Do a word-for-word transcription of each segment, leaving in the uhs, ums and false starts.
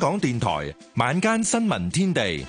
港電台晚間新聞天地，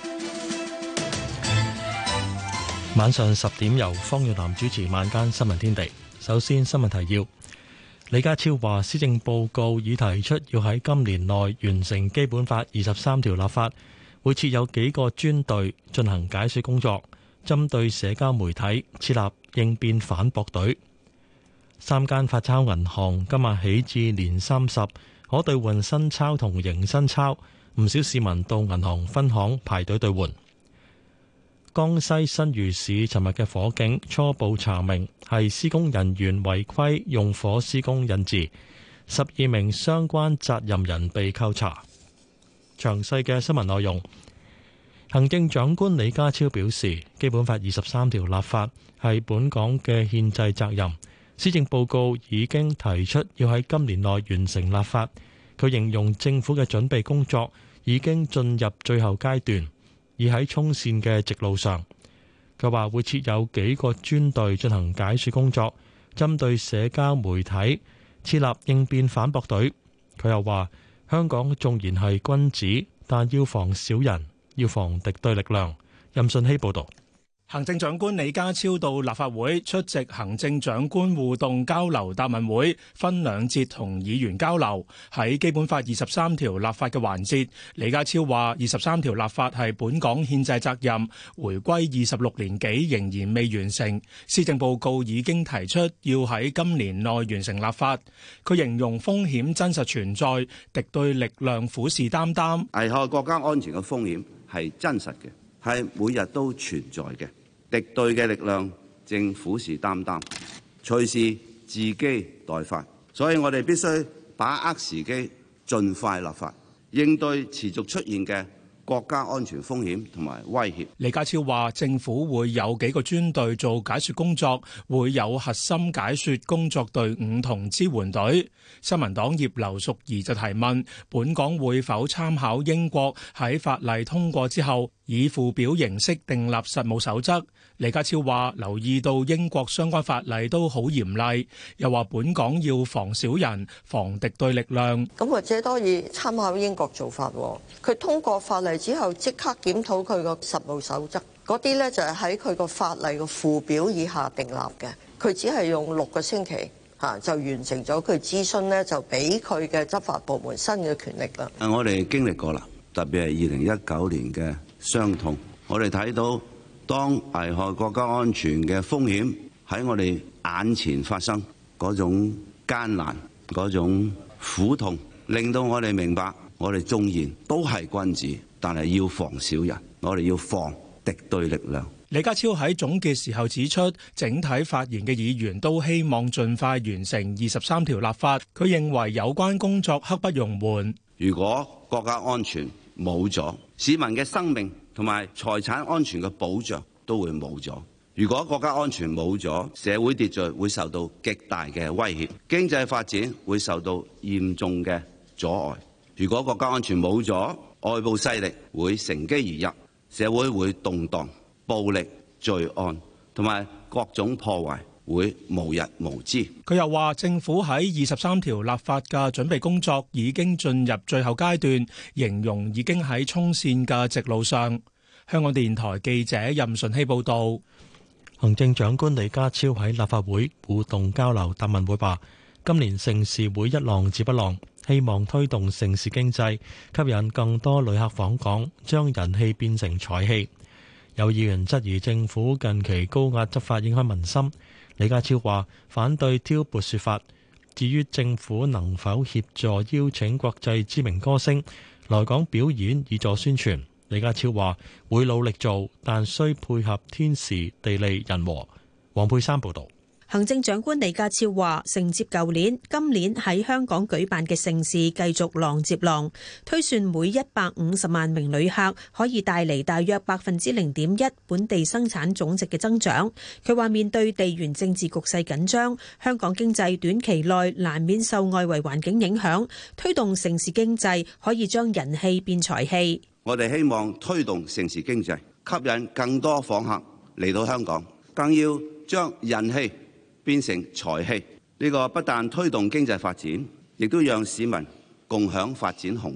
晚上十點由方耀南主持晚間新聞天地。首先新聞提要：李家超話，施政報告已提出要喺今年內完成基本法二十三條立法，會設有幾個專隊進行解說工作，針對社交媒體設立應變反駁隊。三間發鈔銀行今日起至年三十可兌換新鈔同迎新鈔，唔少市民到銀行分行排隊兌換。江西新余市尋日嘅火警初步查明係施工人員違規用火施工引致，十二名相關責任人被扣查。詳細嘅新聞內容，行政長官李家超表示，基本法二十三條立法係本港嘅憲制責任。施政報告已經提出要喺今年內完成立法，佢形容政府嘅準備工作已經進入最後階段，而喺衝線嘅直路上。佢話會設有幾個專隊進行解說工作，針對社交媒體設立應變反駁隊。佢又話香港縱然係君子，但要防小人，要防敵對力量。任信希報導。 行政長官李家超到立法會出席行政長官互動交流答問會，分兩節同議員交流。喺基本法二十三條立法嘅環節，李家超話二十三條立法係本港憲制責任，回歸二十六年幾仍然未完成。施政報告已經提出要喺今年內完成立法。佢形容風險真實存在，敵對力量虎視眈眈， 危害國家安全嘅風險係真實嘅，係每日都存在嘅。敵對嘅力量正虎視眈眈，隨時伺機待發，所以我哋必須把握時機，盡快立法，應對持續出現嘅國家安全風險同埋威脅。 李家超話，政府會有幾個專隊做解說工作，會有核心解說工作隊伍同支援隊。新民黨葉劉淑儀就提問，本港會否參考英國喺法例通過之後，以附表形式訂立實務守則？李家超話留意到英國相關法例都好嚴厲，又話本港要防小人、防敵對力量。 咁或者都可以參考英國做法，佢通過法例之後即刻檢討佢個實務守則，嗰啲咧就係喺佢個法例個附表以下訂立嘅，佢只係用六個星期吓就完成咗佢諮詢咧，就俾佢嘅執法部門新嘅權力啦。 我哋經歷過啦，特別係二零一九年嘅傷痛，我哋睇到當危害國家安全嘅風險喺我哋眼前發生，嗰種艱難、嗰種苦痛，令到我哋明白，我哋縱然都係君子，但係要防小人，我哋要防敵對力量。 李家超喺總結時候指出，整體發言嘅議員都希望盡快完成二十三條立法。佢認為有關工作刻不容緩。 如果國家安全冇咗，市民嘅生命同埋財產安全嘅保障都會冇咗。如果國家安全冇咗，社會秩序會受到極大嘅威脅，經濟發展會受到嚴重嘅阻礙。如果國家安全冇咗，外部勢力會乘機而入，社會會動盪，暴力、罪案同埋各種破壞會無日無之。 佢又話，政府喺二十三條立法嘅準備工作已經進入最後階段，形容已經喺衝線嘅直路上。香港電台記者任順希報導。 行政長官李家超喺立法會互動交流答問會話，今年盛事會一浪接一浪，希望推動盛事經濟，吸引更多旅客訪港，將人氣變成財氣。有議員質疑政府近期高壓執法影響民心，李家超話反對挑撥說法。至於政府能否協助邀請國際知名歌星來港表演以助宣傳，李家超話會努力做，但需配合天時地利人和。黃佩珊報導。 行政長官李家超話，承接舊年、今年喺香港舉辦嘅盛事繼續浪接浪，推算每一百五十萬名旅客可以帶嚟大約百分之零點一本地生產總值嘅增長。佢話面對地緣政治局勢緊張，香港經濟短期內難免受外圍環境影響，推動盛事經濟可以將人氣變財氣。 我哋希望推動盛事經濟，吸引更多訪客嚟到香港，更要將人氣變成財氣，呢個不但推動經濟發展，亦都讓市民共享發展紅利。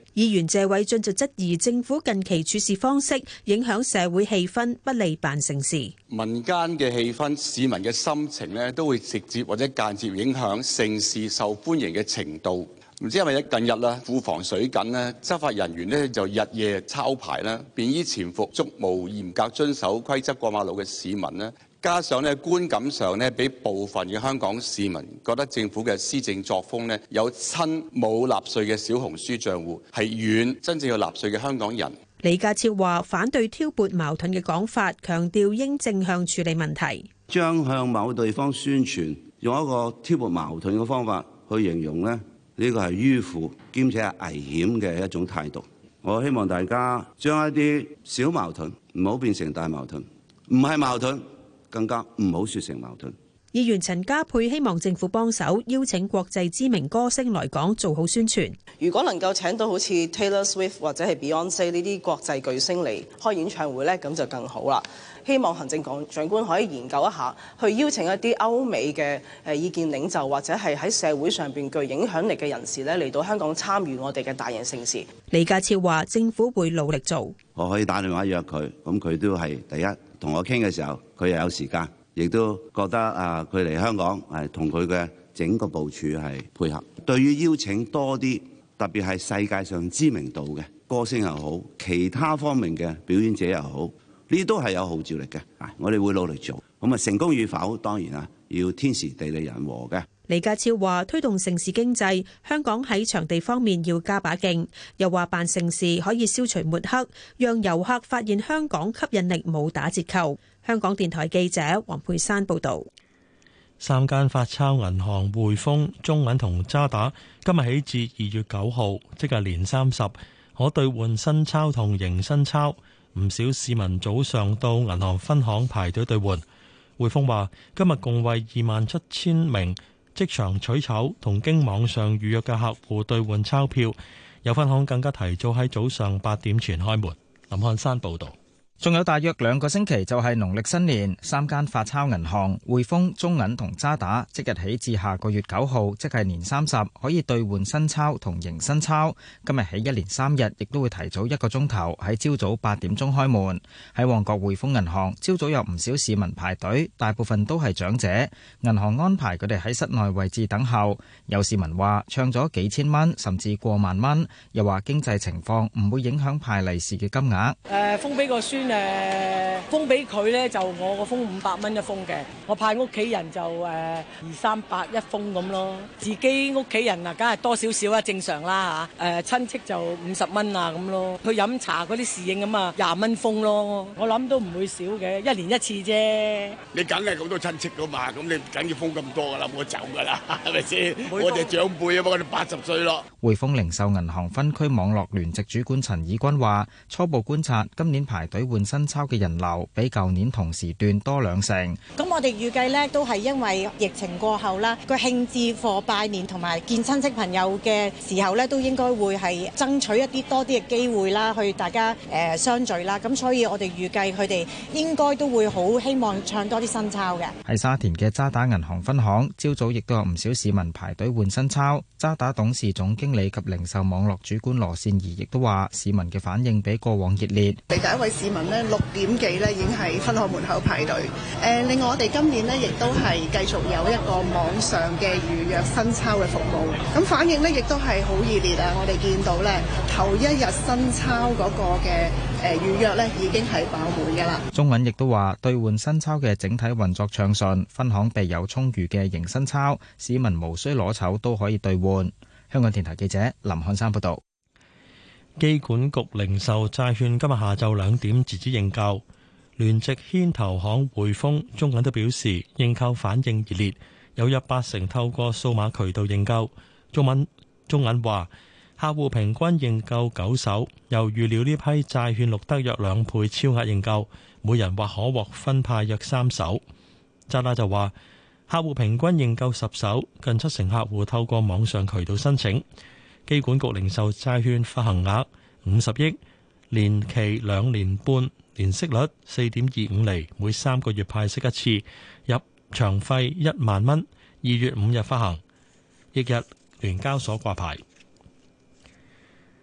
議員謝偉俊就質疑政府近期處事方式影響社會氣氛，不利辦盛事。 民間嘅氣氛、市民嘅心情咧，都會直接或者間接影響盛事受歡迎嘅程度。唔知係咪近日啦，庫房水緊咧，執法人員咧就日夜抄牌啦，便衣潛伏捉無嚴格遵守規則過馬路嘅市民咧。加上咧觀感上咧，俾部分嘅香港市民覺得政府嘅施政作風咧有親冇納稅嘅小紅書賬戶，係遠真正要納稅嘅香港人。 李家超話反對挑撥矛盾嘅講法，強調應正向處理問題。 將向某地方宣傳，用一個挑撥矛盾嘅方法去形容咧，呢個係迂腐兼且係危險嘅一種態度。我希望大家將一啲小矛盾唔好變成大矛盾，唔係矛盾，更加唔好說成矛盾。 議員陳家珮希望政府幫手邀請國際知名歌星來港做好宣傳。 如果能夠請到好似 Taylor Swift 或者係 Beyonce 呢啲國際巨星嚟開演唱會呢，咁就更好啦。希望行政長官可以研究一下，去邀請一啲歐美嘅誒意見領袖或者係喺社會上邊具影響力嘅人士呢，嚟到香港參與我哋嘅大型盛事。 李家超話：政府會努力做。 我可以打電話約佢，咁佢都係第一同我傾嘅時候，佢又有時間。亦都覺得啊，佢嚟香港係同佢嘅整個部署係配合。對於邀請多啲，特別係世界上知名度嘅歌星又好，其他方面嘅表演者又好，呢啲都係有號召力嘅。我哋會努力做。咁啊，成功與否當然啊，要天時地利人和嘅。 李家超話：推動盛事經濟，香港喺場地方面要加把勁。又話辦盛事可以消除抹黑，讓遊客發現香港吸引力冇打折扣。香港電台記者黃佩珊報導。 三間發鈔銀行匯豐、中銀同渣打今日起至二月九號，即係年三十，可兌換新鈔同迎新鈔。唔少市民早上到銀行分行排隊兌換。匯豐話：今日共為二萬七千名即場取籌同經網上預約嘅客戶兌換鈔票，有分行更加提早喺早上八點前開門。林漢山報導。 仲有大約兩個星期就係農曆新年，三間發鈔銀行匯豐、中銀同渣打即日起至下個月九號，即係年三十，可以兌換新鈔同迎新鈔。今日起一連三日，亦都會提早一個鐘頭喺朝早八點鐘開門。喺旺角匯豐銀行，朝早有唔少市民排隊，大部分都係長者。銀行安排佢哋喺室內位置等候。有市民話唱咗幾千蚊，甚至過萬蚊。又話經濟情況唔會影響派利是嘅金額。 誒，封俾個孫。誒封俾佢咧，就我個封五百蚊一封嘅，我派屋企人就誒二三百一封咁咯。自己屋企人啊，梗係多少少啊，正常啦嚇。誒親戚就五十蚊啊咁咯。去飲茶嗰啲侍應咁啊，廿蚊封咯。我諗都唔會少嘅，一年一次啫。 你梗係咁多親戚噶嘛，咁你梗要封咁多噶啦，冇走噶啦，係咪先？我哋長輩啊嘛，我哋八十歲咯。 匯豐零售銀行分區網絡聯席主管陳以軍話：初步觀察，今年排隊換新鈔嘅人流比舊年同時段多兩成。 咁我哋預計呢都係因為疫情過後啦，個興致貨拜年同埋見親戚朋友嘅時候呢，都應該會係爭取一啲多啲嘅機會啦，去大家誒相聚啦。咁所以我哋預計佢哋應該都會好希望唱多啲新鈔嘅。 喺沙田嘅渣打銀行分行，朝早亦都有唔少市民排隊換新鈔。渣打董事總經理及零售網絡主管羅善儀亦都話，市民嘅反應比過往熱烈。 第一位市民呢，六點幾呢已經喺分行門口排隊。誒，另外我哋今年呢亦都係繼續有一個網上嘅預約新鈔嘅服務，咁反應呢亦都係好熱烈啊！我哋見到呢頭一日新鈔嗰個嘅誒預約呢已經係爆滿㗎啦。 中銀亦都話兌換新鈔嘅整體運作暢順，分行備有充裕嘅迎新鈔，市民無需攞籌都可以兌換。香港電台記者林漢山報道。 機管局零售債券今日下晝兩點截止認購，聯席牽頭行匯豐、中銀都表示認購反應熱烈，有約八成透過數碼渠道認購。中銀中銀話，客戶平均認購九手，又預料呢批債券錄得約兩倍超額認購，每人或可獲分派約三手。渣打就話，客戶平均認購十手，近七成客戶透過網上渠道申請。機管局零售債券發行額五十億，年期兩年半，年息率四點二五厘，每三個月派息一次，入場費一萬蚊。二月五日發行，翌日聯交所掛牌。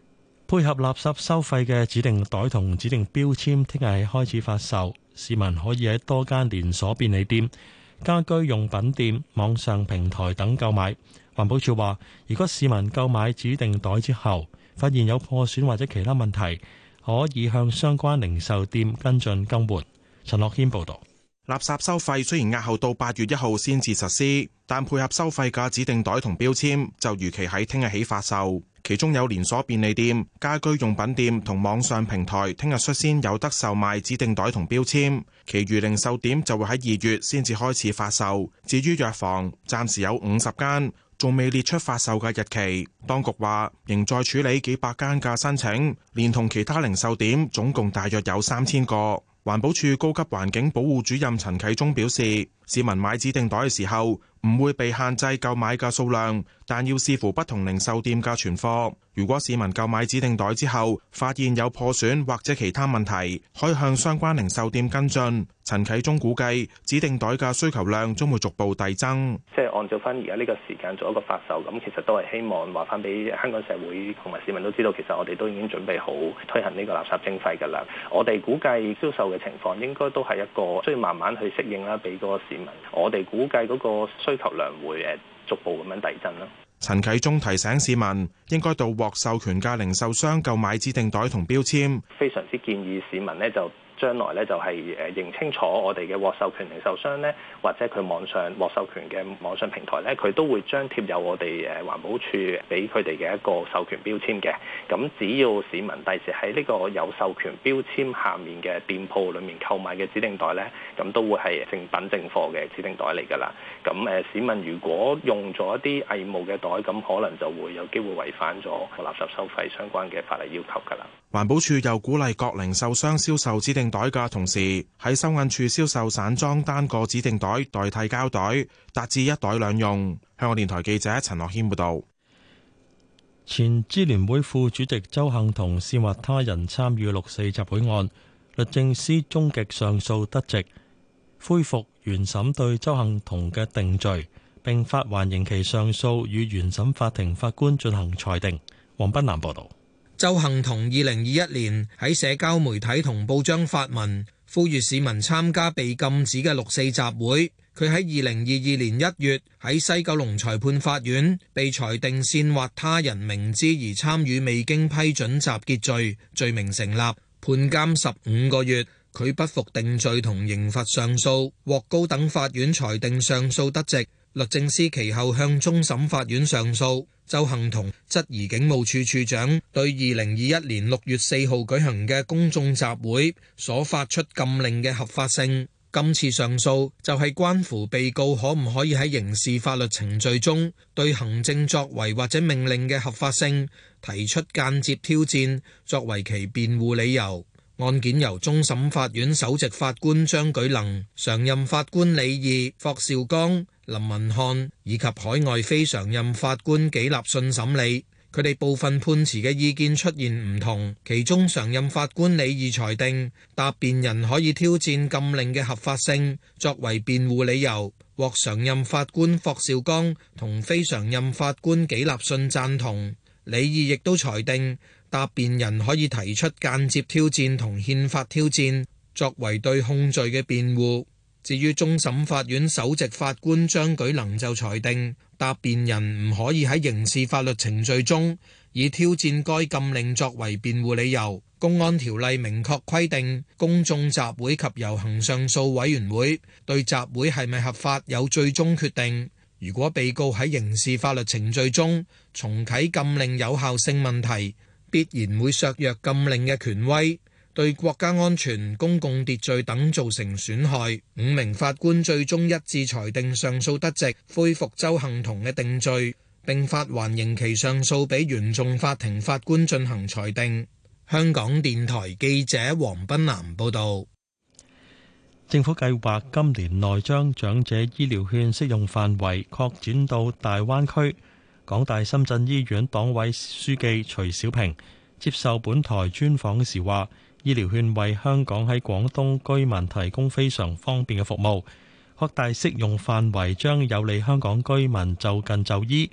配合垃圾收費嘅指定袋同指定標籤，聽日開始發售，市民可以喺多間連鎖便利店、家居用品店、網上平台等購買。環保署話，如果市民購買指定袋之後發現有破損或者其他問題，可以向相關零售店跟進更換。陳樂軒報導。 垃圾收費雖然押後到八月一號先至實施，但配合收費嘅指定袋同標籤就如期喺聽日起發售。其中有連鎖便利店、家居用品店同網上平台聽日率先有得售賣指定袋同標籤，其餘零售點就會喺二月先至開始發售。至於藥房，暫時有五十間，仲未列出發售嘅日期。當局話仍在處理幾百間嘅申請，連同其他零售點，總共大約有三千個。環保署高級環境保護主任陳啟宗表示，市民買指定袋嘅時候唔會被限制購買嘅數量，但要視乎不同零售店嘅存貨。如果市民購買指定袋之後發現有破損或者其他問題，可以向相關零售店跟進。陳啟宗估計指定袋嘅需求量將會逐步遞增。 即係按照翻而家呢個時間做一個發售，咁其實都係希望話翻俾香港社會同埋市民都知道，其實我哋都已經準備好推行呢個垃圾徵費㗎啦。我哋估計銷售嘅情況應該都係一個需要慢慢去適應啦，俾嗰個市民。我哋估計嗰個需求量會誒逐步咁樣遞增啦。 陳啟宗提醒市民應該到獲授權嘅零售商購買指定袋同標籤。 非常之建議市民呢就將來呢就係誒認清楚我哋嘅獲授權零售商呢，或者佢網上獲授權嘅網上平台呢，佢都會張貼有我哋誒環保署俾佢哋嘅一個授權標籤嘅。咁只要市民第時喺呢個有授權標籤下面嘅店鋪裡面購買嘅指定袋呢，咁都會係正品正貨嘅指定袋嚟㗎啦。咁誒市民如果用咗一啲偽冒嘅袋，咁可能就會有機會違反咗垃圾收費相關嘅法例要求㗎啦。 環保署又鼓勵各零售商銷售指定袋嘅同時，喺收銀處銷售散裝單個指定袋代替膠袋，達至一袋兩用。香港電台記者陳樂軒報導。 前支聯會副主席鄒幸彤煽惑他人參與六四集會案，律政司終極上訴得直，恢復原審對鄒幸彤嘅定罪，並發還刑期上訴與原審法庭法官進行裁定。黃斌南報導。 鄒幸彤二零二一年喺社交媒體同報章發文，呼籲市民參加被禁止嘅六四集會。佢喺二零二二年一月喺西九龍裁判法院被裁定煽惑他人明知而參與未經批准集結罪，罪名成立，判監十五個月。佢不服定罪同刑罰上訴，獲高等法院裁定上訴得直。律政司其後向終審法院上訴。鄒幸彤質疑警務處處長對二零二一年六月四號舉行嘅公眾集會所發出禁令嘅合法性。今次上訴就係關乎被告可唔可以喺刑事法律程序中對行政作為或者命令嘅合法性提出間接挑戰，作為其辯護理由。案件由終審法院首席法官張舉能、常任法官李義、霍兆剛、林文漢以及海外非常任法官紀立信審理，佢哋部分判詞嘅意見出現唔同。其中常任法官李義裁定答辯人可以挑戰禁令嘅合法性，作為辯護理由，獲常任法官霍兆剛同非常任法官紀立信贊同。李義亦都裁定答辯人可以提出間接挑戰同憲法挑戰，作為對控罪嘅辯護。至於終審法院首席法官張舉能就裁定，答辯人唔可以喺刑事法律程序中以挑戰該禁令作為辯護理由。公安條例明確規定，公眾集會及遊行上訴委員會對集會係咪合法有最終決定。如果被告喺刑事法律程序中重啟禁令有效性問題，必然會削弱禁令嘅權威，對國家安全、公共秩序等造成損害。五名法官最終一致裁定上訴得直，恢復鄒幸彤嘅定罪，並發還刑期上訴俾原訟法庭法官進行裁定。香港電台記者黃斌南報道。 政府計劃今年內將長者醫療券適用範圍擴展到大灣區。港大深圳醫院黨委書記徐小平接受本台專訪時話，醫療券為香港喺廣東居民提供非常方便嘅服務，擴大適用範圍將有利香港居民就近就醫，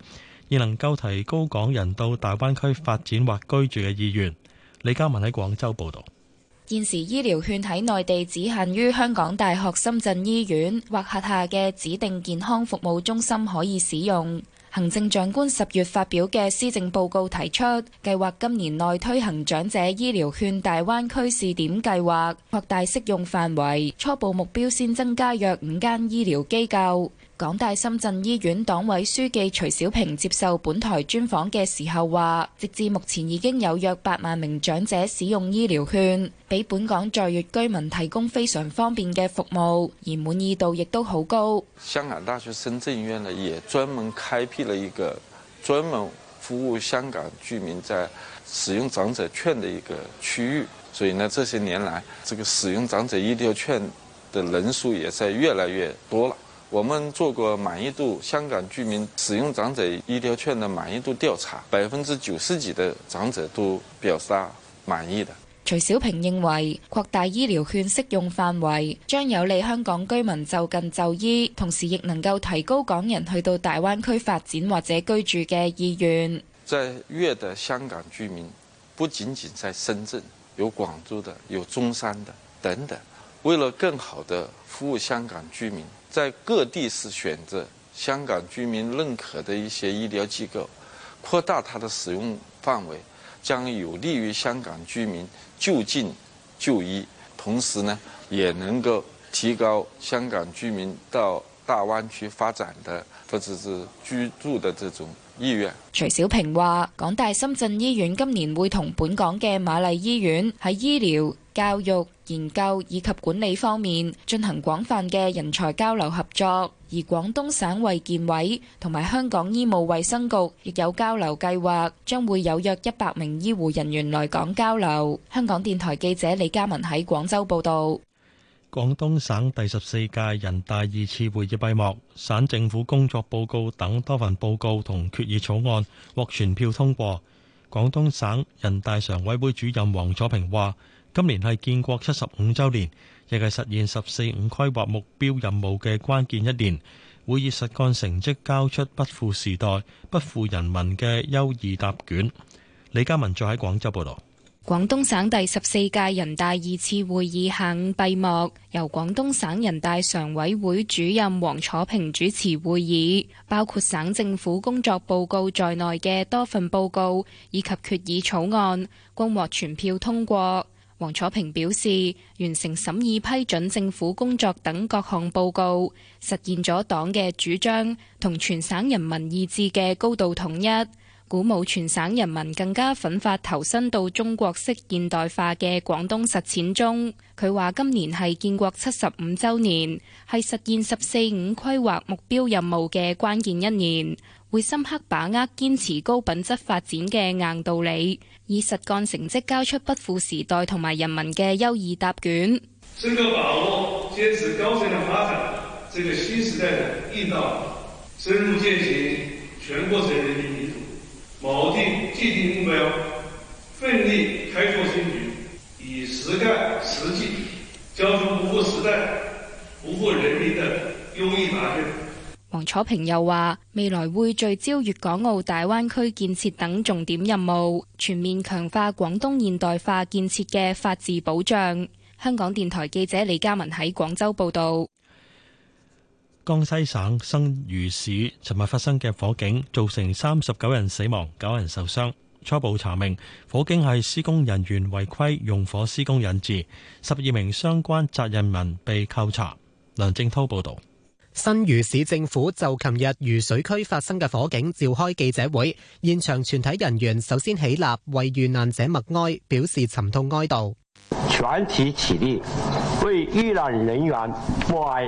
而能夠提高港人到大灣區發展或居住嘅意願。李嘉文喺廣州報導。 現時醫療券喺內地只限於香港大學深圳醫院或轄下嘅指定健康服務中心可以使用。行政長官十月發表嘅施政報告提出，計劃今年內推行長者醫療券大灣區試點計劃，擴大適用範圍，初步目標先增加約五間醫療機構。港大深圳醫院黨委書記徐小平接受本台專訪嘅時候話，直至目前已經有約八萬名長者使用醫療券，俾本港在粵居民提供非常方便嘅服務，而滿意度亦都好高。 香港大學深圳醫院呢，也專門開闢了一個專門服務香港居民在使用長者券的一個區域，所以呢，這些年來，這個使用長者醫療券的人數也在越來越多了。我們做過滿意度，香港居民使用長者醫療券的滿意度調查，百分之九十幾的長者都表示滿意的。 徐小平認為，擴大醫療券適用範圍將有利香港居民就近就醫，同時亦能夠提高港人去到大灣區發展或者居住嘅意願。 在粵的香港居民，不僅僅在深圳，有廣州的，有中山的等等。為了更好地服務香港居民，在各地市選擇香港居民認可的一些醫療機構，擴大它的使用範圍，將有利於香港居民就近就醫，同時呢，也能夠提高香港居民到大灣區發展的或者是居住的這種意願。 徐小平話，港大深圳醫院今年會同本港嘅瑪麗醫院喺醫療、教育、研究以及管理方面進行廣泛嘅人才交流合作，而廣東省衛健委同埋香港醫務衛生局亦有交流計劃，將會有約一百名醫護人員來港交流。香港電台記者李嘉文喺廣州報道。 廣東省第十四屆人大二次會議閉幕，省政府工作報告等多份報告同決議草案獲全票通過。廣東省人大常委會主任黃楚平話，今年係建國七十五週年，亦係實現十四五規劃目標任務嘅關鍵一年，會以實幹成績交出不負時代、不負人民嘅優異答卷。李嘉文再喺廣州報導。 廣東省第十四屆人大二次會議下午閉幕，由廣東省人大常委會主任黃楚平主持會議，包括省政府工作報告在內嘅多份報告以及決議草案，均獲全票通過。黃楚平表示，完成審議批准政府工作等各項報告，實現咗黨嘅主張同全省人民意志嘅高度統一，鼓舞全省人民更加奮發投身到中國式現代化嘅廣東實踐中。佢話今年係建國七十五週年，係實現十四五規劃目標任務嘅關鍵一年，會深刻把握堅持高品質發展嘅硬道理，以實幹成績交出不負時代同埋人民嘅優異答卷。 深刻把握堅持高質量發展這個新時代的硬道理，深入踐行全過程人民民主，錨定既定目標，奮力開拓新局，以實幹實績交出不負時代、不負人民的優異答卷。 黃楚平又話，未來會聚焦粵港澳大灣區建設等重點任務，全面強化廣東現代化建設嘅法治保障。香港電台記者李嘉文喺廣州報道。 江西省新餘市尋日發生嘅火警，造成三十九人死亡、九人受傷。初步查明，火警係施工人員違規用火施工引致，十二名相關責任人被扣查。梁正滔報導。 新餘市政府就琴日渝水區發生嘅火警召開記者會，現場全體人員首先起立為遇難者默哀，表示沉痛哀悼。 全體起立，為遇難人員默哀。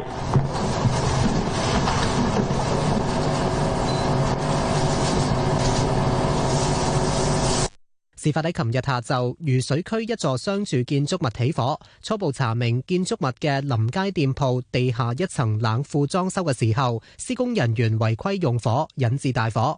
事發喺琴日下晝，渝水區一座商住建築物起火，初步查明建築物嘅臨街店鋪地下一層冷庫裝修嘅時候，施工人員違規用火，引致大火。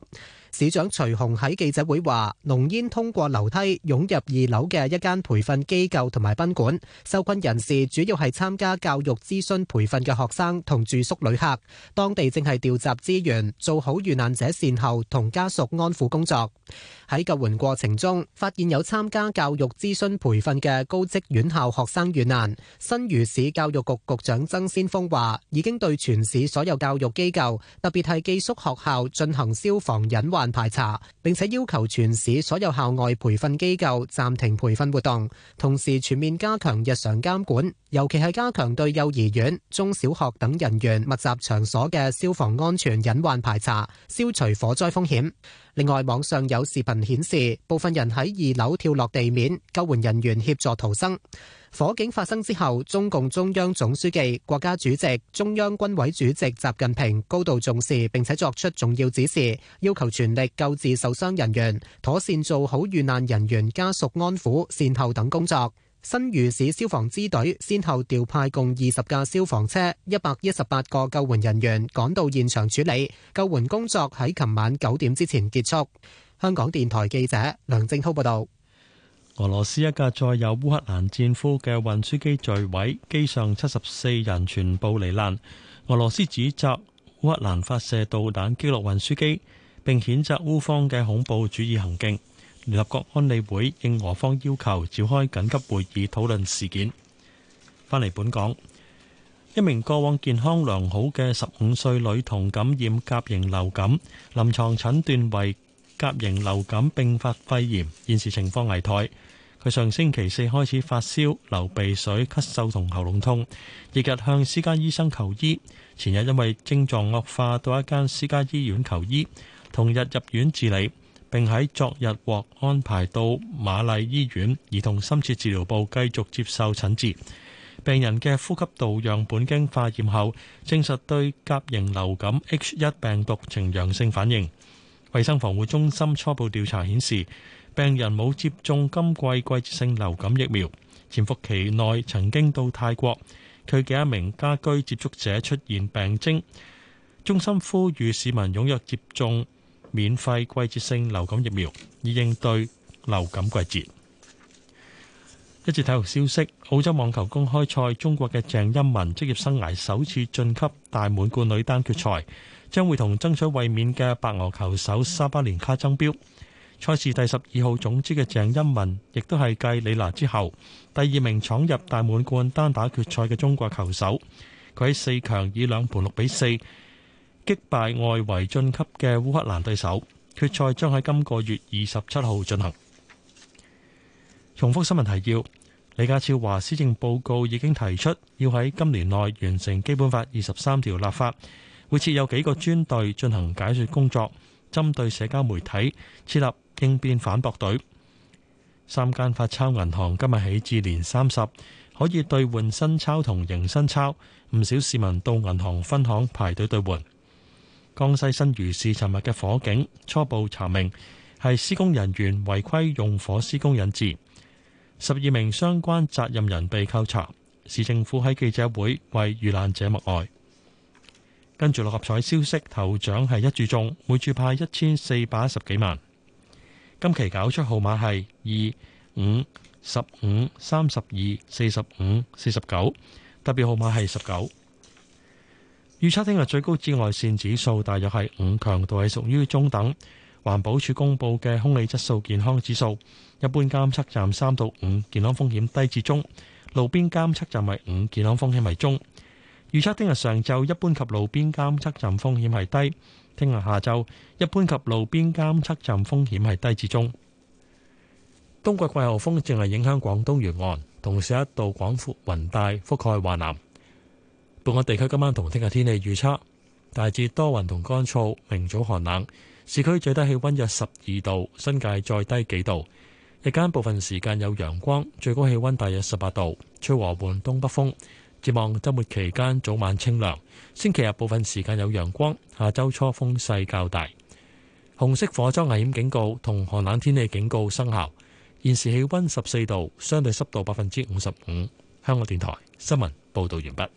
市長徐鴻喺記者會話，濃煙通過樓梯湧入二樓嘅一間培訓機構同埋賓館，受困人士主要係參加教育諮詢培訓嘅學生同住宿旅客。當地正係調集資源，做好遇難者善後同家屬安撫工作。喺救援過程中，發現有參加教育諮詢培訓嘅高職院校學生遇難。新余市教育局局長曾先鋒話，已經對全市所有教育機構，特別係寄宿學校進行消防隱患排查，並且要求全市所有校外培訓機構暫停培訓活動，同時全面加強日常監管，尤其係加強對幼兒園、中小學等人員密集場所嘅消防安全隱患排查，消除火災風險。另外，網上有視頻顯示，部分人喺二樓跳落地面，救援人員協助逃生。火警發生之後，中共中央總書記、國家主席、中央軍委主席習近平高度重視並且作出重要指示，要求全力救治受傷人員，妥善做好遇難人員家屬安撫、善後等工作。新余市消防支隊先後調派共二十架消防車、一百一十八個救援人員趕到現場處理，救援工作喺琴晚九點之前結束。香港電台記者梁正滔報導。 俄羅斯一架載有烏克蘭戰俘嘅運輸機墜毀，機上七十四人全部罹難。俄羅斯指責烏克蘭發射導彈擊落運輸機，並譴責烏方嘅恐怖主義行徑。聯合國安理會應俄方要求召開緊急會議討論事件。返嚟本港，一名過往健康良好嘅十五歲女童感染甲型流感，臨床診斷為甲型流感併發肺炎，現時情況危殆。佢上星期四開始發燒、流鼻水、咳嗽同喉嚨痛，翌日向私家醫生求醫。前日因為症狀惡化到一間私家醫院求醫，同日入院治理，並喺昨日獲安排到瑪麗醫院兒童深切治療部繼續接受診治。病人嘅呼吸道樣本經化驗後，證實對甲型流感 H 一 病毒呈陽性反應。衛生防護中心初步調查顯示，病人冇接種今季季節性流感疫苗，潛伏期內曾經到泰國，佢嘅一名家居接觸者出現病徵。中心呼籲市民踴躍接種免費季節性流感疫苗，以應對流感季節。一節體育消息，澳洲網球公開賽，中國嘅鄭欽文職業生涯首次晉級大滿貫女單決賽，將會同爭取衛冕嘅白俄球手沙巴連卡爭標。賽事第十二號種子嘅鄭欽文，亦都係繼李娜之後第二名闖入大滿貫單打決賽嘅中國球手。佢喺四強以兩盤六比四擊敗外圍晉級嘅烏克蘭對手，決賽將喺今個月二十七號進行。重複新聞提要：李家超話，施政報告已經提出要喺今年內完成基本法二十三條立法，會設有幾個專隊進行解說工作，針對社交媒體設立應變反駁隊。三間發鈔銀行今日起至年三十可以兌換新鈔同迎新鈔，唔少市民到銀行分行排隊兌換。江西新余市尋日嘅火警初步查明係施工人員違規用火施工引致，十二名相關責任人被扣查。市政府喺記者會為遇難者默哀。跟住六合彩消息，頭獎係一注中，每注派一千四百一十幾萬。今期搞出號碼係二、五、十五、三十二、四十五、四十九，特別號碼係十九。預測聽日最高紫外線指數大約係五，強度係屬於中等。環保署公布嘅空氣質素健康指數，一般監測站三到五，健康風險低至中；路邊監測站係五，健康風險係中。預測聽日上晝一般及路邊監測站風險係低，聽日下晝一般及路邊監測站風險係低至中。冬季季候風正係影響廣東沿岸，同時一道廣闊雲帶覆蓋華南。本港地區今晚同聽日天氣預測，大致多雲同乾燥，明早寒冷，市區最低氣溫約十二度，新界再低幾度。日間部分時間有陽光，最高氣溫大約十八度，吹和緩東北風。展望周末期間早晚清涼，星期日部分時間有陽光，下周初風勢較大。紅色火災危險警告同寒冷天氣警告生效。現時氣溫十四度，相對濕度百分之五十五。香港電台新聞報道完畢。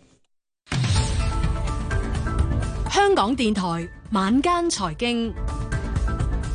香港電台晚間財經，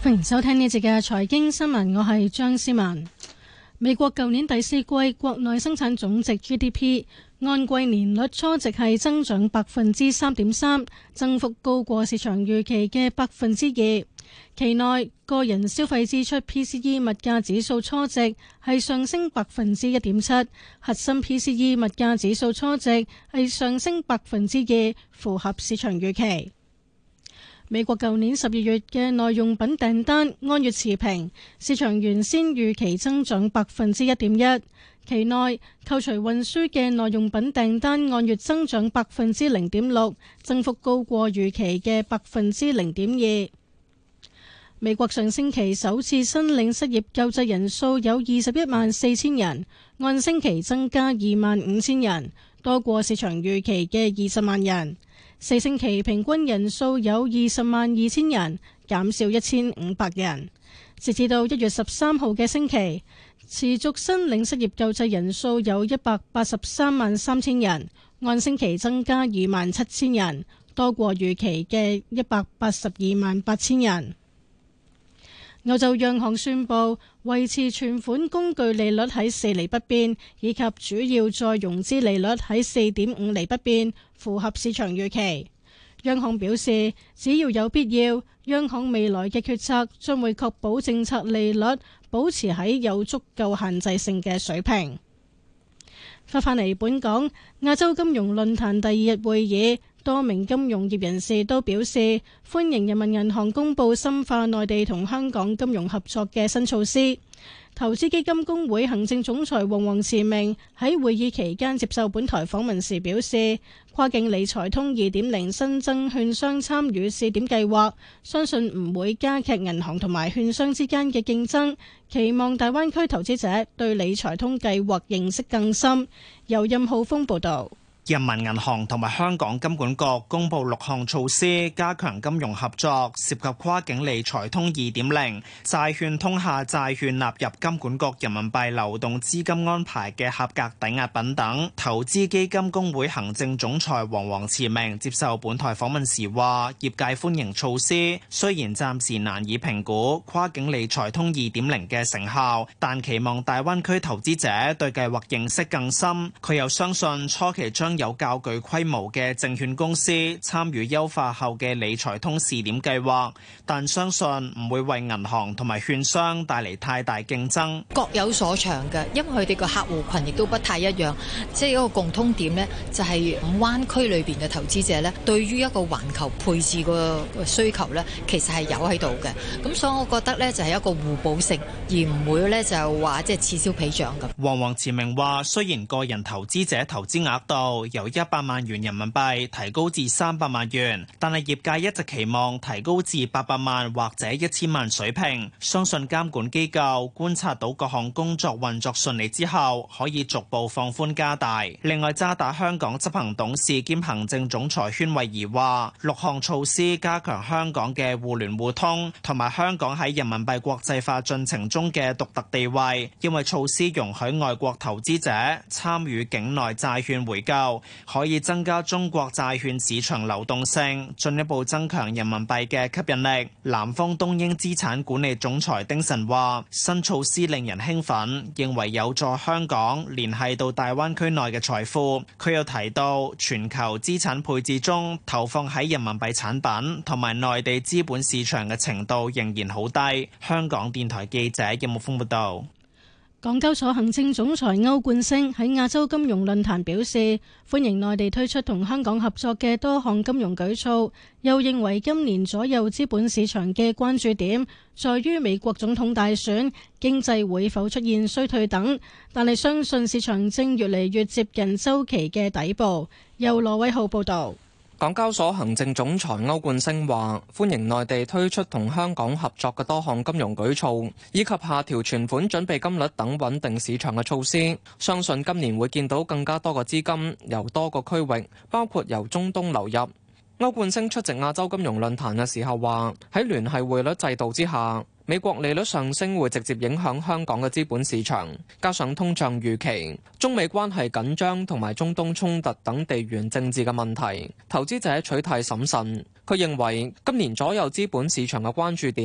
歡迎收聽呢節嘅財經新聞，我係張思文。美國舊年第四季國內生產總值 G D P 按季年率初值係增長百分之三點三，增幅高過市場預期嘅百分之二。期內個人消費支出 P C E 物價指數初值係上升百分之一點七，核心 P C E 物價指數初值係上升百分之二，符合市場預期。美國舊年十二月嘅耐用品訂單按月持平，市場原先預期增長百分之一點一。期內扣除運輸嘅耐用品訂單按月增長百分之零點六，增幅高過預期嘅百分之零點二。美國上星期首次申領失業救濟人數有二十一萬四千人，按星期增加二萬五千人，多過市場預期嘅二十萬人。四星期平均人數有二十萬二千人，減少一千五百人。截至到一月十三號嘅星期，持續申領失業救濟人數有一百八十三萬三千人，按星期增加二萬七千人，多過預期嘅一百八十二萬八千人。歐洲央行宣布維持存款工具利率喺四厘不變，以及主要再融資利率喺四點五厘不變，符合市場預期。央行表示，只要有必要，央行未來嘅決策將會確保政策利率保持喺有足夠限制性嘅水平。翻返嚟本港，亞洲金融論壇第二日會議，多名金融業人士都表示歡迎人民銀行公布深化內地同香港金融合作嘅新措施。投資基金公會行政總裁黃王慈明喺會議期間接受本台訪問時表示，跨境理財通二點零新增券商參與試點計劃，相信唔會加劇銀行同埋券商之間嘅競爭，期望大灣區投資者對理財通計劃認識更深。由任浩峰報導。 人民銀行同埋香港金管局公布六項措施，加強金融合作，涉及跨境理財通二點零、債券通下債券納入金管局人民幣流動資金安排嘅合格抵押品等。投資基金公會行政總裁黃王慈明接受本台訪問時話，業界歡迎措施，雖然暫時難以評估跨境理財通二點零嘅成效，但期望大灣區投資者對計劃認識更深。佢又相信初期將有較具規模嘅證券公司參與優化後嘅理財通試點計劃，但相信唔會為銀行同埋券商帶嚟太大競爭。 各有所長嘅，因為佢哋個客戶群亦都不太一樣，即係一個共通點呢，就係五灣區裏邊嘅投資者呢，對於一個環球配置個需求呢，其實係有喺度嘅。咁所以我覺得呢，就係一個互補性，而唔會呢就話即係此消彼長咁。 黃王慈明話，雖然個人投資者投資額度由一百萬元人民幣提高至三百萬元，但係業界一直期望提高至八百萬或者一千萬水平。相信監管機構觀察到各項工作運作順利之後，可以逐步放寬加大。另外，渣打香港執行董事兼行政總裁禤惠儀話，六項措施加強香港嘅互聯互通，同埋香港喺人民幣國際化進程中嘅獨特地位，因為措施容許外國投資者參與境內債券回購，可以增加中國債券市場流動性，進一步增強人民幣嘅吸引力。南方東英資產管理總裁丁晨話，新措施令人興奮，認為有助香港聯繫到大灣區內嘅財富。佢又提到，全球資產配置中投放喺人民幣產品同埋內地資本市場嘅程度仍然好低。香港電台記者任木峰報道。 港交所行政總裁歐冠昇喺亞洲金融論壇表示，歡迎內地推出同香港合作嘅多項金融舉措，又認為今年左右資本市場嘅關注點在於美國總統大選、經濟會否出現衰退等，但係相信市場正越嚟越接近週期嘅底部。由羅偉浩報導。 港交所行政總裁歐冠昇話：歡迎內地推出同香港合作嘅多項金融舉措，以及下調存款準備金率等穩定市場嘅措施。相信今年會見到更加多嘅資金由多個區域，包括由中東流入。歐冠昇出席亞洲金融論壇嘅時候話：喺聯繫匯率制度之下，美國利率上升會直接影響香港嘅資本市場，加上通脹預期、中美關係緊張同埋中東衝突等地緣政治嘅問題，投資者取態審慎。佢認為今年左右資本市場嘅關注點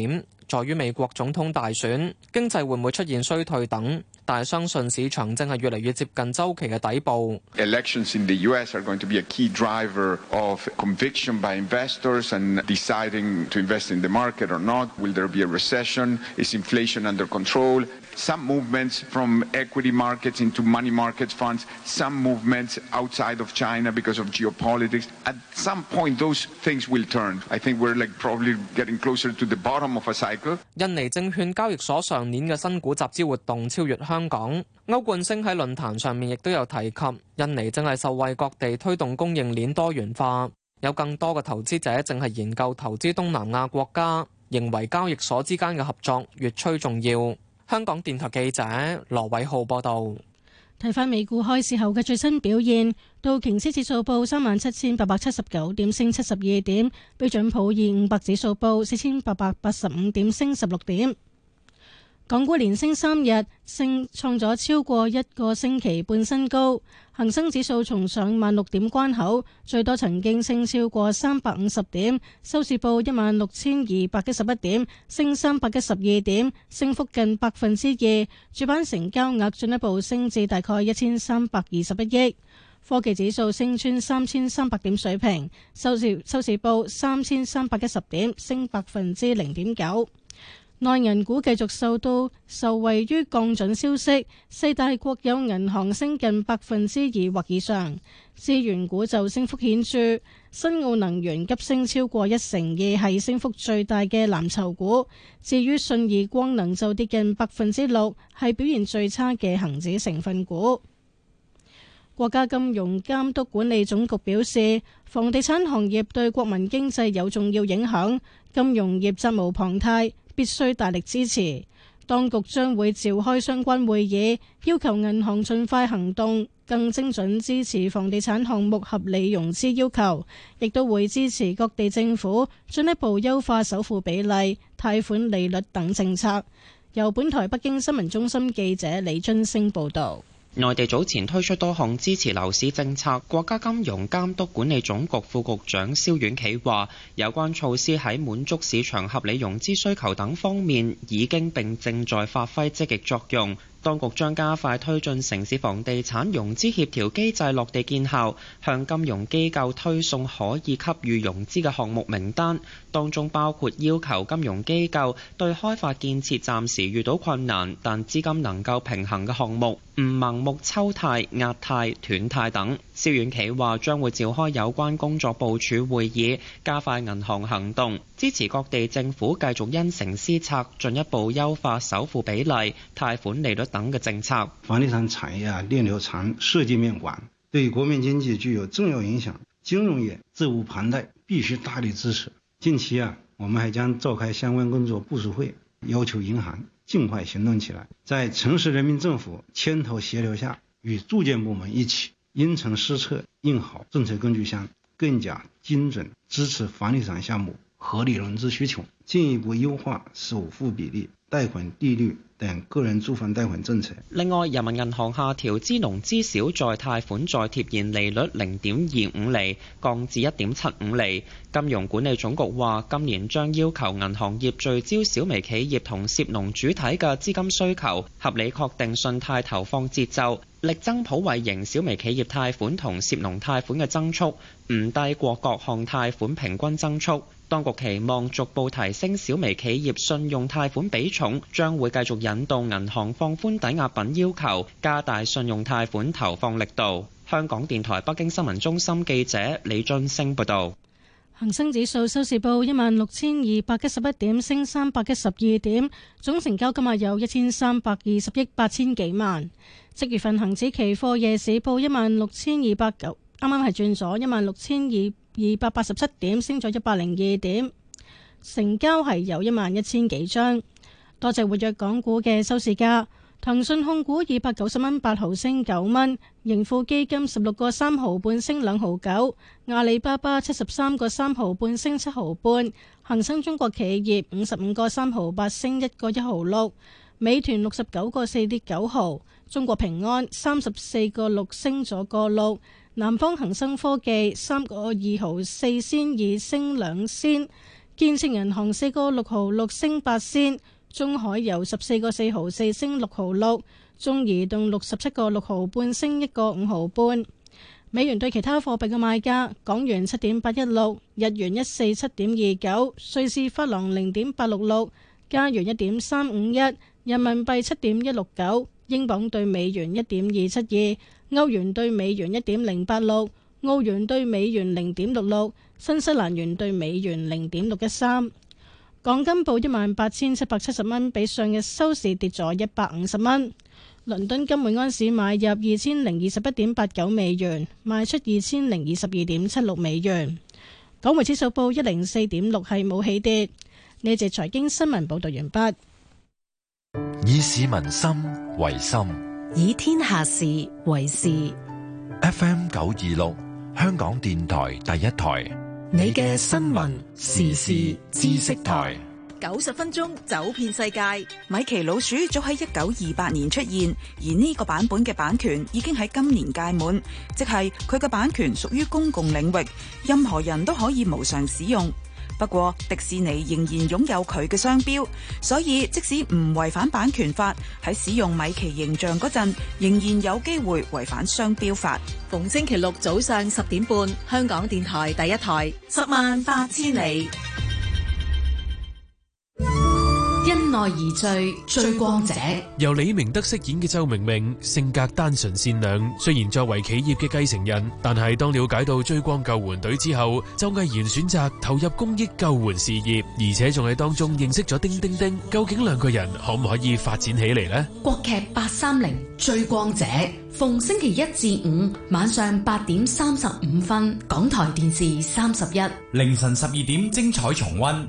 在於美國總統大選、經濟會唔會出現衰退等，但係相信市場正係越嚟越接近週期嘅底部。 Elections in the U S are going to be a key driver of conviction by investors and deciding to invest in the market or not. Will there be a recession? Is inflation under control? Some movements from equity markets into money market funds, some movements outside of China because of geopolitics. At some point, those things will turn. I think we're like probably getting closer to the bottom of a cycle. 印尼證券交易所上年嘅新股集資活動超越香港。歐冠昇喺論壇上面亦都有提及，印尼正係受惠各地推動供應鏈多元化，有更多嘅投資者正係研究投資東南亞國家，認為交易所之間嘅合作越趨重要。香港電台記者羅偉浩報道。 睇返美股開市後嘅最新表現，道瓊斯指數報三萬七千八百七十九點，升七十二點；標準普爾五百指數報四千八百八十五點，升十六點。港股連升三日，升創咗超過一個星期半新高。恒生指數重上萬六點關口，最多曾經升超過三百五十點，收市報一萬六千二百一十一點，升三百一十二點，升幅近百分之二。主板成交額進一步升至大概一千三百二十一億。科技指數升穿三千三百點水平，收市收市報三千三百一十點，升百分之零點九。內銀股繼續受到受惠於降準消息，四大國有銀行升近百分之二或以上。資源股就升幅顯著，新奧能源急升超過一成二，係升幅最大嘅藍籌股。至於信義光能就跌近百分之六，係表現最差嘅恒指成分股。國家金融監督管理總局表示，房地產行業對國民經濟有重要影響，金融業責無旁貸，必須大力支持。當局將會召開相關會議，要求銀行盡快行動，更精準支持房地產項目合理融資要求，亦都會支持各地政府進一步優化首付比例、貸款利率等政策。由本台北京新聞中心記者李津升報道。 內地早前推出多項支持樓市政策，國家金融監督管理總局副局長肖遠企話，有關措施喺滿足市場合理融資需求等方面已經並正在發揮積極作用。當局將加快推進城市房地產融資協調機制落地見效，向金融機構推送可以給予融資嘅項目名單，當中包括要求金融機構對開發建設暫時遇到困難但資金能夠平衡嘅項目唔盲目抽貸、壓貸、斷貸等。肖遠企話將會召開有關工作部署會議，加快銀行行動，支持各地政府繼續因城施策，進一步優化首付比例、貸款利率等嘅政策。 房地產產業啊，鏈流長，涉及面廣，對國民經濟具有重要影響，金融業責無旁貸，必須大力支持。近期啊，我們還將召開相關工作部署會，要求銀行盡快行動起來，在城市人民政府牽頭協調下，與住建部門一起因城施策，印好政策工具箱，更加精準支持房地產項目合理融資需求，進一步優化首付比例、貸款利率等個人住房貸款政策。 另外，人民銀行下調支農支小再貸款再貼現利率零點二五厘，降至一點七五厘。金融管理總局話，今年將要求銀行業聚焦小微企業同涉農主體嘅資金需求，合理確定信貸投放節奏，力爭普惠型小微企業貸款同涉農貸款嘅增速唔低過各項貸款平均增速。當局期望逐步提升小微企業信用貸款比重，將會繼續引導銀行放寬抵押品要求，加大信用貸款投放力度。香港電台北京新聞中心記者李津升報道。 恒生指數收市報一萬六千二百一十一點，升三百一十二點，總成交今日有一千三百二十億八千幾萬。即月份恒指期貨夜市報一萬六千二百九，啱啱係轉咗一萬六千二二百八十七點，升咗一百零二點，成交係有一萬一千幾張。多隻活躍港股嘅收市價，騰訊控股二百九十蚊八毫升九蚊，盈富基金十六個三毫半升兩毫九，阿里巴巴七十三個三毫半升七毫半，恒生中國企業五十五個三毫八升一個一毫六，美團六十九個四跌九毫，中國平安三十四個六升咗個六。南方恒生科技三個二毫四仙二升兩仙， 建設銀行四個六毫六升八仙，中海油十四個四毫四升六毫六，中移動六十七個六毫半升一個五毫半。美元對其他貨幣嘅賣價：港元七點八一六，日元一四七點二九，瑞士法郎零點八六六，加元一點三五一，人民幣七點一六九，英鎊對美元一點二七二，歐元對美元一點零八六，澳元對美元零點六六，新西蘭元對美元零點六一三。港金報一萬八千七百七十蚊，比上日收市跌咗一百五十蚊。倫敦金每安士買入二千零二十一點八九美元，賣出二千零二十二點七六美元。港匯指數報一零四點六，係冇起跌。呢節財經新聞報道完畢。 以市民心為心， 以天下事為事。 F M 九二六，香港電台第一台， 你嘅新聞時事知識台。 九十分鐘走遍世界。米奇老鼠早喺一九二八年出現，而呢個版本嘅版權已經喺今年屆滿，即係佢嘅版權屬於公共領域，任何人都可以無償使用。不過迪士尼仍然擁有佢嘅商標，所以即使唔違反版權法，喺使用米奇形象嗰陣，仍然有機會違反商標法。 逢星期六早上十點半，香港電台第一台，十萬八千里。因愛而醉，追光者由李明德飾演嘅周明明，性格單純善良。雖然作為企業嘅繼承人，但係當了解到追光救援隊之後，就毅然選擇投入公益救援事業，而且仲喺當中認識咗丁丁丁。究竟兩個人可唔可以發展起嚟呢？ 國劇八三零追光者，逢星期一至五晚上八點三十五分，港台電視三十一， 凌晨十二點精彩重溫。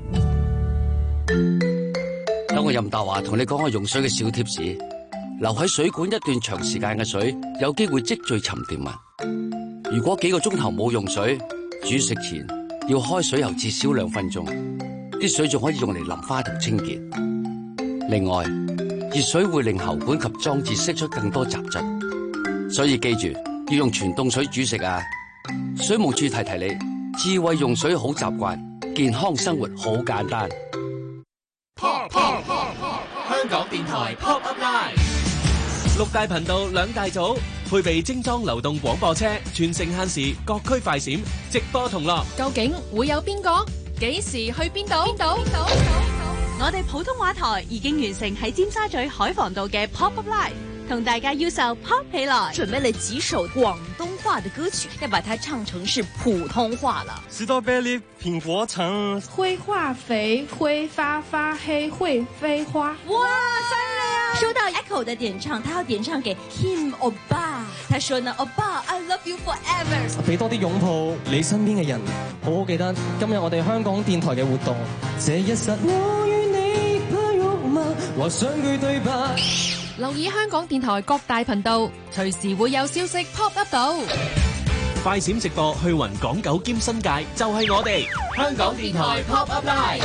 等我任達華同你講下用水嘅小貼士。留喺水管一段長時間嘅水，有機會積聚沉澱物。如果幾個鐘頭冇用水，煮食前要開水喉至少兩分鐘。啲水仲可以用嚟淋花同清潔。另外，熱水會令喉管及裝置釋出更多雜質，所以記住要用全凍水煮食啊！水務署提提你，智慧用水好習慣，健康生活好簡單。 Pop Pop Pop Pop 香港電台 Pop Up Live 六大頻道兩大組，配備精裝流動廣播車，全城限時，各區快閃，直播同樂。 究竟會有邊個？幾時去邊度？邊度？邊度？ 我哋普通話台已經完成喺尖沙咀海防道嘅 Pop Up Live，同大家要求 pop 起來，準備了幾首廣東話的歌曲，要把它唱成是普通話了。 士多啤梨蘋果橙， 會化肥，會發發黑，會飛花。 哇，犀利啊！收到 Echo 的點唱，他要點唱給 Him 歐巴。他說呢，歐巴 I love you forever。 俾多啲擁抱你身邊嘅人，好好記得今日我哋香港電台嘅活動。這一剎我與你不肉麻，或相距對白。 留意香港電台各大頻道，隨時會有消息 pop up 到。 快閃直播去雲港九兼新界，就係我哋香港電台 Pop Up Live。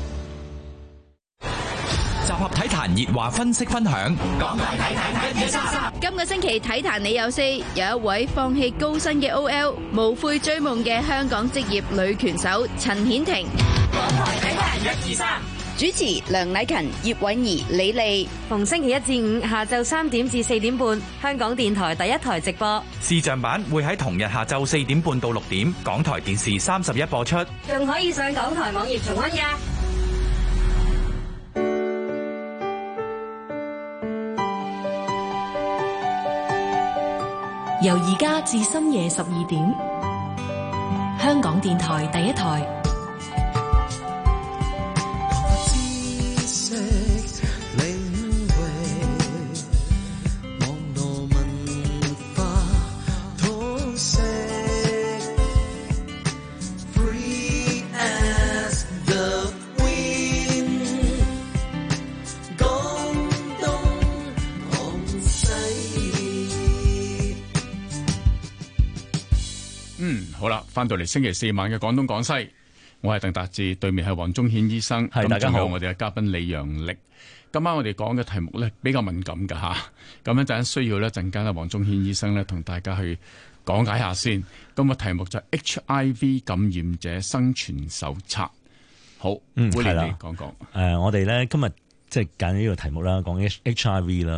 集合體壇熱話分析分享，港台體壇一二三。 今個星期體壇你有四，有一位放棄高薪嘅 O L， 無悔追夢嘅香港職業女拳手陳顯婷。 港台體壇一二三。 主持梁禮勤、葉偉儀、李麗， 逢星期一至五下晝三點至四點半，香港電台第一台直播。 視像版會喺同日下晝四點半到六點，港台電視三十一播出。 仲可以上港台網頁重溫㗎。 由而家至深夜十二點，香港電台第一台。 好啦，翻到嚟星期四晚嘅廣東廣西，我係鄧達志，對面係黃宗顯醫生， 係大家好。 我哋嘅嘉賓李陽力，今晚我哋講嘅題目咧比較敏感噶吓，咁一陣需要咧陣間咧黃宗顯醫生咧同大家去講解下先。咁個題目就係 H I V 感染者生存手冊。 好， 嗯， 會你係啦， 講講。 誒、呃，我哋咧今日即係揀呢個題目啦，講 H I V 啦。